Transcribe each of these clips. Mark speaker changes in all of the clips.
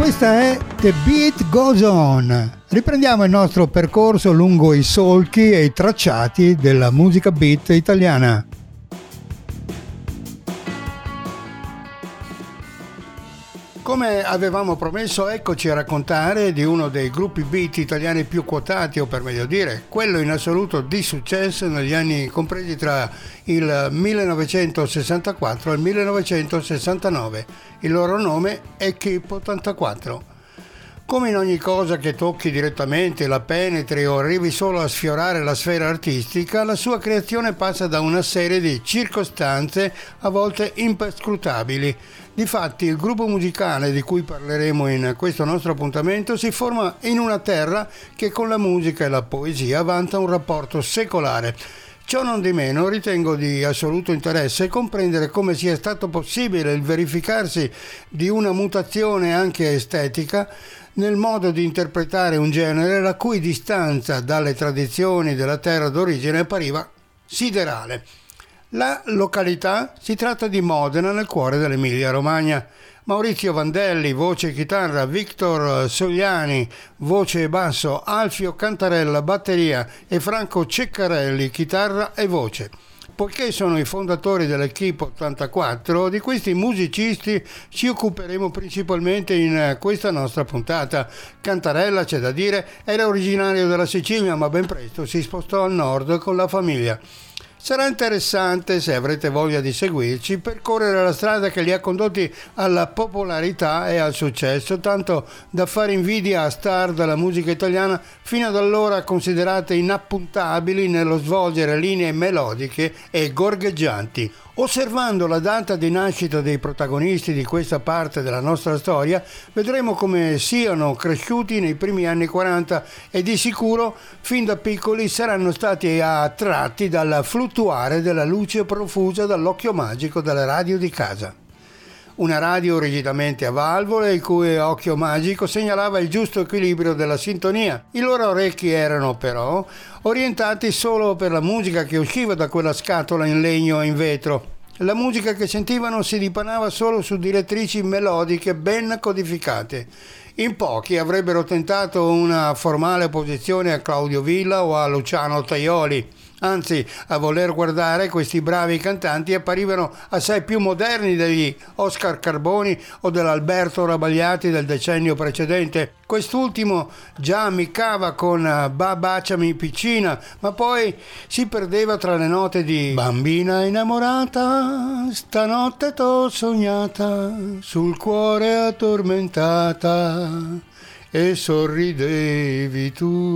Speaker 1: Questa è The Beat Goes On. Riprendiamo il nostro percorso lungo i solchi e i tracciati della musica beat italiana. Come avevamo promesso, eccoci a raccontare di uno dei gruppi beat italiani più quotati, o per meglio dire, quello in assoluto di successo negli anni compresi tra il 1964 e il 1969. Il loro nome è Keep 84. Come in ogni cosa che tocchi direttamente, la penetri o arrivi solo a sfiorare la sfera artistica, la sua creazione passa da una serie di circostanze a volte imperscrutabili. Difatti, il gruppo musicale di cui parleremo in questo nostro appuntamento si forma in una terra che con la musica e la poesia vanta un rapporto secolare. Ciò non di meno, ritengo di assoluto interesse comprendere come sia stato possibile il verificarsi di una mutazione anche estetica nel modo di interpretare un genere la cui distanza dalle tradizioni della terra d'origine appariva siderale. La località si tratta di Modena, nel cuore dell'Emilia-Romagna. Maurizio Vandelli, voce e chitarra, Victor Sogliani, voce e basso, Alfio Cantarella, batteria e Franco Ceccarelli, chitarra e voce. Poiché sono i fondatori dell'Equipe 84, di questi musicisti ci occuperemo principalmente in questa nostra puntata. Cantarella, c'è da dire, era originario della Sicilia, ma ben presto si spostò al nord con la famiglia. Sarà interessante, se avrete voglia di seguirci, percorrere la strada che li ha condotti alla popolarità e al successo, tanto da fare invidia a star della musica italiana fino ad allora considerate inappuntabili nello svolgere linee melodiche e gorgheggianti. Osservando la data di nascita dei protagonisti di questa parte della nostra storia, vedremo come siano cresciuti nei primi anni 40 e di sicuro, fin da piccoli, saranno stati attratti dal fluttuare della luce profusa dall'occhio magico della radio di casa. Una radio rigidamente a valvole, il cui occhio magico segnalava il giusto equilibrio della sintonia. I loro orecchi erano però orientati solo per la musica che usciva da quella scatola in legno e in vetro. La musica che sentivano si dipanava solo su direttrici melodiche ben codificate. In pochi avrebbero tentato una formale opposizione a Claudio Villa o a Luciano Tajoli. Anzi, a voler guardare, questi bravi cantanti apparivano assai più moderni degli Oscar Carboni o dell'Alberto Rabagliati del decennio precedente. Quest'ultimo già ammiccava con Baciami piccina, ma poi si perdeva tra le note di Bambina innamorata, stanotte t'ho sognata, sul cuore addormentata e sorridevi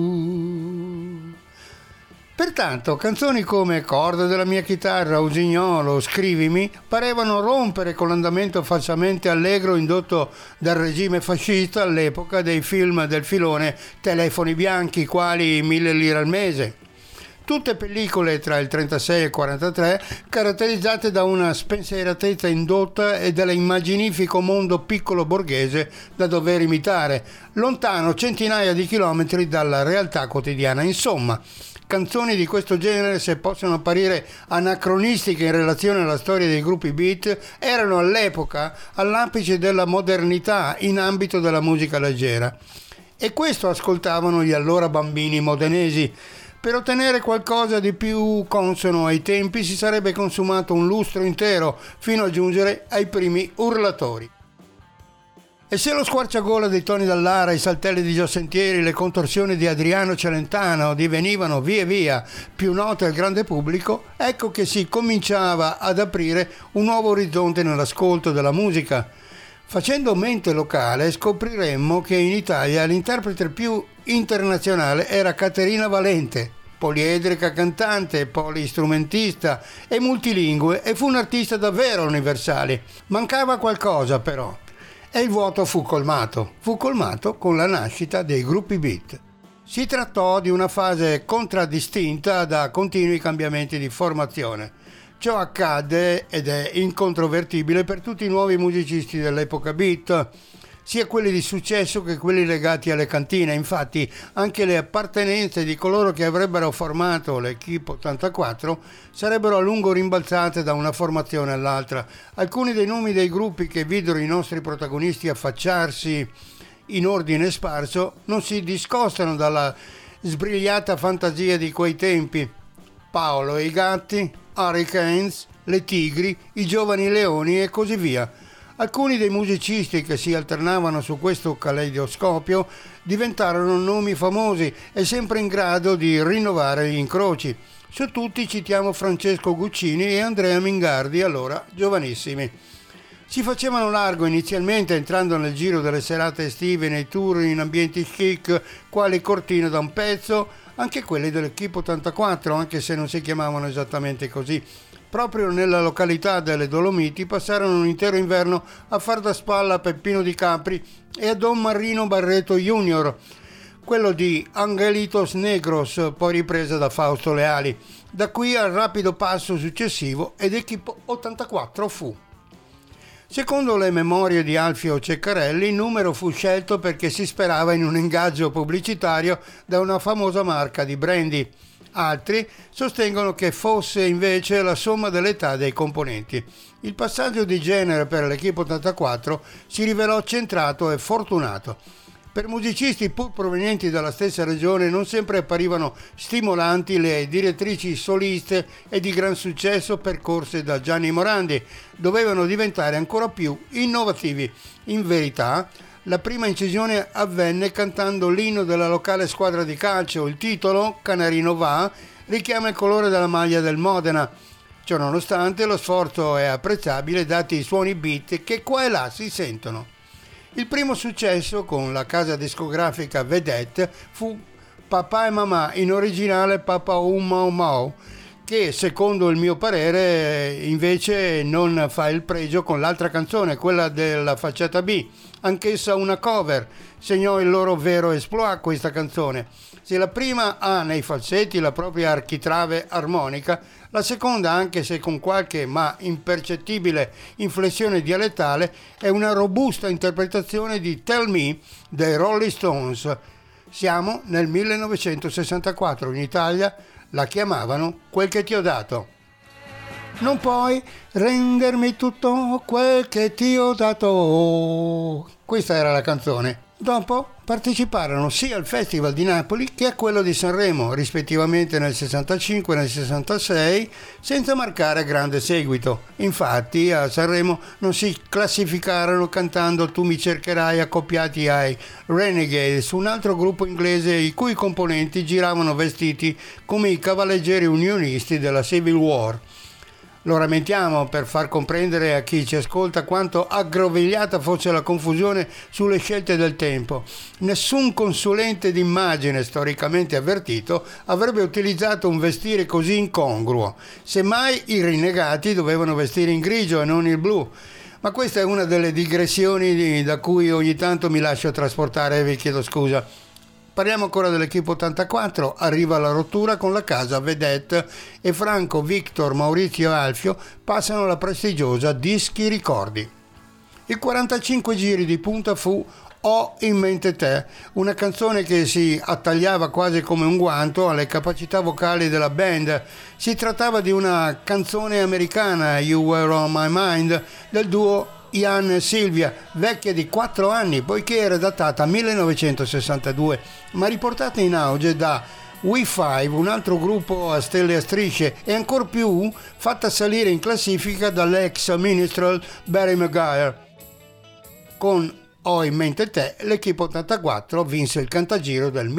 Speaker 1: tu. Pertanto canzoni come Corda della mia chitarra, Usignolo, Scrivimi parevano rompere con l'andamento falsamente allegro indotto dal regime fascista all'epoca dei film del filone Telefoni bianchi quali 1000 lire al mese. Tutte pellicole tra il 36 e il 43 caratterizzate da una spensieratezza indotta e dall'immaginifico mondo piccolo borghese da dover imitare, lontano centinaia di chilometri dalla realtà quotidiana. Insomma, canzoni di questo genere, se possono apparire anacronistiche in relazione alla storia dei gruppi beat, erano all'epoca all'apice della modernità in ambito della musica leggera. E questo ascoltavano gli allora bambini modenesi. Per ottenere qualcosa di più consono ai tempi si sarebbe consumato un lustro intero, fino a giungere ai primi urlatori. E se lo squarciagola di Tony Dallara, i saltelli di Gio Sentieri, le contorsioni di Adriano Celentano divenivano via via più note al grande pubblico, ecco che si cominciava ad aprire un nuovo orizzonte nell'ascolto della musica. Facendo mente locale scopriremmo che in Italia l'interprete più internazionale era Caterina Valente, poliedrica cantante, polistrumentista e multilingue, e fu un'artista davvero universale. Mancava qualcosa però, e il vuoto fu colmato con la nascita dei gruppi beat. Si trattò di una fase contraddistinta da continui cambiamenti di formazione. Ciò accadde ed è incontrovertibile per tutti i nuovi musicisti dell'epoca beat, sia quelli di successo che quelli legati alle cantine. Infatti anche le appartenenze di coloro che avrebbero formato l'Equipe 84 sarebbero a lungo rimbalzate da una formazione all'altra. Alcuni dei nomi dei gruppi che videro i nostri protagonisti affacciarsi in ordine sparso non si discostano dalla sbrigliata fantasia di quei tempi. Paolo e i gatti, Hurricanes, le tigri, i giovani leoni e così via. Alcuni dei musicisti che si alternavano su questo caleidoscopio diventarono nomi famosi e sempre in grado di rinnovare gli incroci. Su tutti citiamo Francesco Guccini e Andrea Mingardi, allora giovanissimi. Si facevano largo inizialmente entrando nel giro delle serate estive nei tour in ambienti chic quali Cortina da un pezzo, anche quelli dell'Equipe 84, anche se non si chiamavano esattamente così. Proprio nella località delle Dolomiti passarono un intero inverno a far da spalla a Peppino Di Capri e a Don Marrino Barreto Junior, quello di Angelitos Negros, poi ripresa da Fausto Leali. Da qui al rapido passo successivo ed Equipe 84 fu. Secondo le memorie di Alfio Ceccarelli, il numero fu scelto perché si sperava in un ingaggio pubblicitario da una famosa marca di brandy. Altri sostengono che fosse invece la somma dell'età dei componenti. Il passaggio di genere per l'Equipe 84 si rivelò centrato e fortunato. Per musicisti pur provenienti dalla stessa regione non sempre apparivano stimolanti le direttrici soliste e di gran successo percorse da Gianni Morandi. Dovevano diventare ancora più innovativi. In verità, la prima incisione avvenne cantando l'inno della locale squadra di calcio. Il titolo, Canarino va, richiama il colore della maglia del Modena. Ciononostante, lo sforzo è apprezzabile dati i suoni beat che qua e là si sentono. Il primo successo con la casa discografica Vedette fu Papà e Mamà, in originale Papa Mau Mau, che secondo il mio parere invece non fa il pregio con l'altra canzone, quella della facciata B, anch'essa una cover. Segnò il loro vero exploit questa canzone. Se la prima ha nei falsetti la propria architrave armonica, la seconda, anche se con qualche ma impercettibile inflessione dialettale, è una robusta interpretazione di Tell Me dei Rolling Stones. Siamo nel 1964, in Italia la chiamavano Quel che ti ho dato. Non puoi rendermi tutto quel che ti ho dato. Questa era la canzone. Dopo parteciparono sia al Festival di Napoli che a quello di Sanremo, rispettivamente nel 65 e nel 66, senza marcare grande seguito. Infatti a Sanremo non si classificarono cantando Tu mi cercherai accoppiati ai Renegades, un altro gruppo inglese i cui componenti giravano vestiti come i cavalleggeri unionisti della Civil War. Lo rammentiamo per far comprendere a chi ci ascolta quanto aggrovigliata fosse la confusione sulle scelte del tempo. Nessun consulente d'immagine storicamente avvertito avrebbe utilizzato un vestire così incongruo. Semmai i rinnegati dovevano vestire in grigio e non il blu. Ma questa è una delle digressioni da cui ogni tanto mi lascio trasportare e vi chiedo scusa. Parliamo ancora dell'Equipe 84, arriva la rottura con la casa Vedette e Franco, Victor, Maurizio e Alfio passano la prestigiosa Dischi Ricordi. Il 45 giri di punta fu Ho in mente te, una canzone che si attagliava quasi come un guanto alle capacità vocali della band. Si trattava di una canzone americana, You Were On My Mind, del duo Ian e Silvia, vecchia di 4 anni poiché era datata 1962, ma riportata in auge da We5, un altro gruppo a stelle e a strisce, e ancor più fatta salire in classifica dall'ex minstrel Barry Maguire. Con Ho in mente te, l'Equipe 84 vinse il Cantagiro del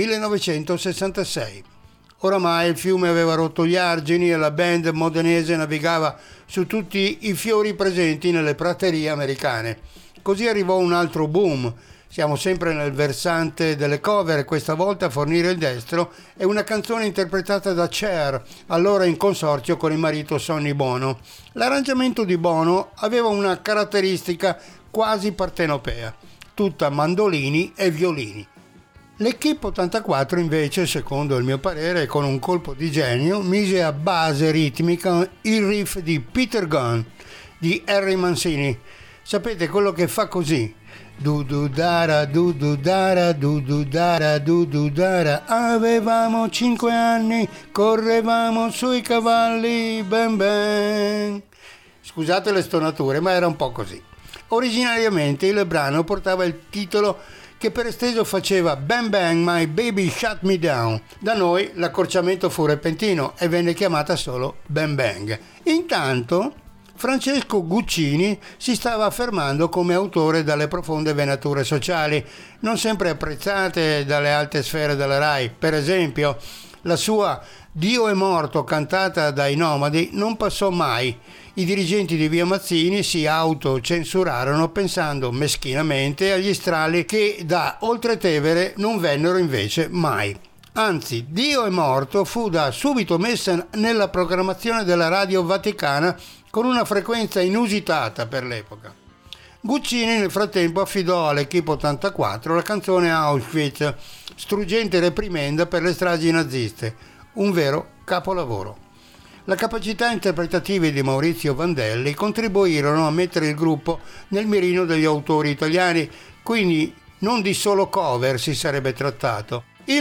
Speaker 1: 1966. Oramai il fiume aveva rotto gli argini e la band modenese navigava su tutti i fiori presenti nelle praterie americane. Così arrivò un altro boom. Siamo sempre nel versante delle cover, questa volta a fornire il destro è una canzone interpretata da Cher, allora in consorzio con il marito Sonny Bono. L'arrangiamento di Bono aveva una caratteristica quasi partenopea, tutta mandolini e violini. L'Equipe 84 invece, secondo il mio parere, con un colpo di genio, mise a base ritmica il riff di Peter Gunn di Harry Mancini. Sapete, quello che fa così: du du dara du du dara du du dara du du dara. Avevamo 5 anni, correvamo sui cavalli, ben ben. Scusate le stonature, ma era un po' così. Originariamente il brano portava il titolo che per esteso faceva Bang Bang My Baby Shut Me Down. Da noi l'accorciamento fu repentino e venne chiamata solo Bang Bang. Intanto Francesco Guccini si stava affermando come autore dalle profonde venature sociali, non sempre apprezzate dalle alte sfere della RAI. Per esempio, la sua Dio è morto, cantata dai Nomadi, non passò mai. I dirigenti di Via Mazzini si autocensurarono pensando meschinamente agli strali che da Oltretevere non vennero invece mai. Anzi, Dio è morto fu da subito messa nella programmazione della Radio Vaticana con una frequenza inusitata per l'epoca. Guccini nel frattempo affidò all'Equipe 84 la canzone Auschwitz, struggente reprimenda per le stragi naziste, un vero capolavoro. La capacità interpretative di Maurizio Vandelli contribuirono a mettere il gruppo nel mirino degli autori italiani, quindi non di solo cover si sarebbe trattato. Il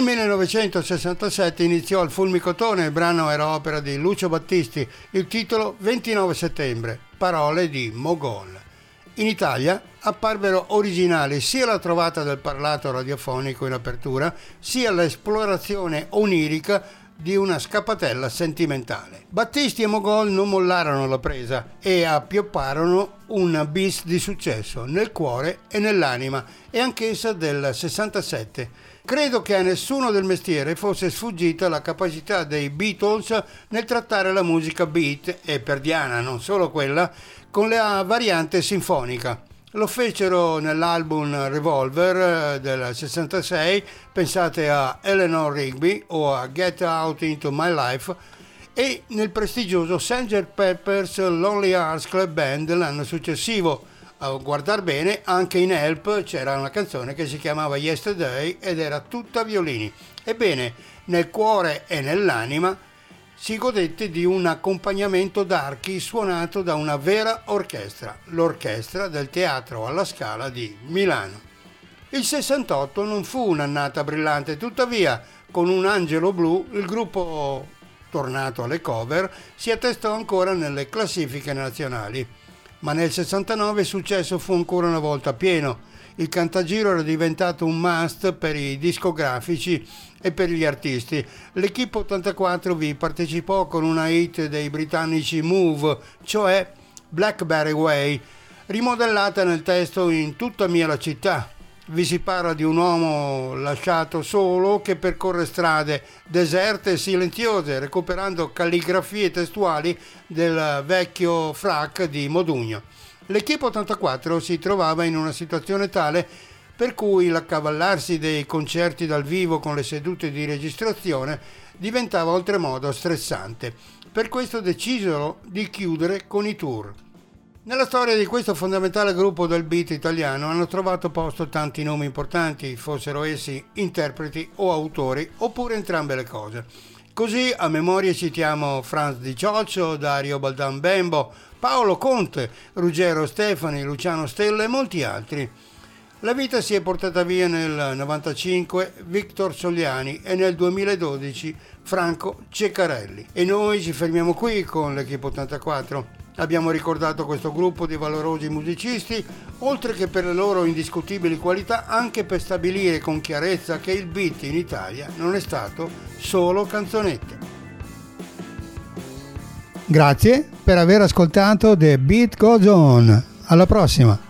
Speaker 1: 1967 iniziò al Fulmicotone, il brano era opera di Lucio Battisti, il titolo 29 settembre, parole di Mogol. In Italia apparvero originali sia la trovata del parlato radiofonico in apertura, sia l'esplorazione onirica di una scappatella sentimentale. Battisti e Mogol non mollarono la presa e appiopparono un bis di successo nel cuore e nell'anima, e anch'essa del 67. Credo che a nessuno del mestiere fosse sfuggita la capacità dei Beatles nel trattare la musica beat, e per Diana non solo quella, con la variante sinfonica. Lo fecero nell'album Revolver del 66, pensate a Eleanor Rigby o a Get Out Into My Life, e nel prestigioso Sgt. Pepper's Lonely Hearts Club Band dell'anno successivo. A guardar bene, anche in Help c'era una canzone che si chiamava Yesterday ed era tutta violini. Ebbene, nel cuore e nell'anima si godette di un accompagnamento d'archi suonato da una vera orchestra, l'orchestra del Teatro alla Scala di Milano. Il 68 non fu un'annata brillante, tuttavia con Un angelo blu il gruppo, tornato alle cover, si attestò ancora nelle classifiche nazionali. Ma nel 69 il successo fu ancora una volta pieno. Il Cantagiro era diventato un must per i discografici e per gli artisti. L'Equipe 84 vi partecipò con una hit dei britannici Move, cioè Blackberry Way, rimodellata nel testo in Tutta mia la città. Vi si parla di un uomo lasciato solo che percorre strade deserte e silenziose, recuperando calligrafie testuali del vecchio frac di Modugno. L'Equipe 84 si trovava in una situazione tale per cui l'accavallarsi dei concerti dal vivo con le sedute di registrazione diventava oltremodo stressante. Per questo decisero di chiudere con i tour. Nella storia di questo fondamentale gruppo del beat italiano hanno trovato posto tanti nomi importanti, fossero essi interpreti o autori, oppure entrambe le cose. Così a memoria citiamo Franz Di Cioccio, Dario Baldan Bembo, Paolo Conte, Ruggero Stefani, Luciano Stella e molti altri. La vita si è portata via nel 95 Victor Soliani e nel 2012 Franco Ceccarelli. E noi ci fermiamo qui con l'Equipe 84. Abbiamo ricordato questo gruppo di valorosi musicisti, oltre che per le loro indiscutibili qualità, anche per stabilire con chiarezza che il beat in Italia non è stato solo canzonette. Grazie per aver ascoltato The Beat Goes On. Alla prossima!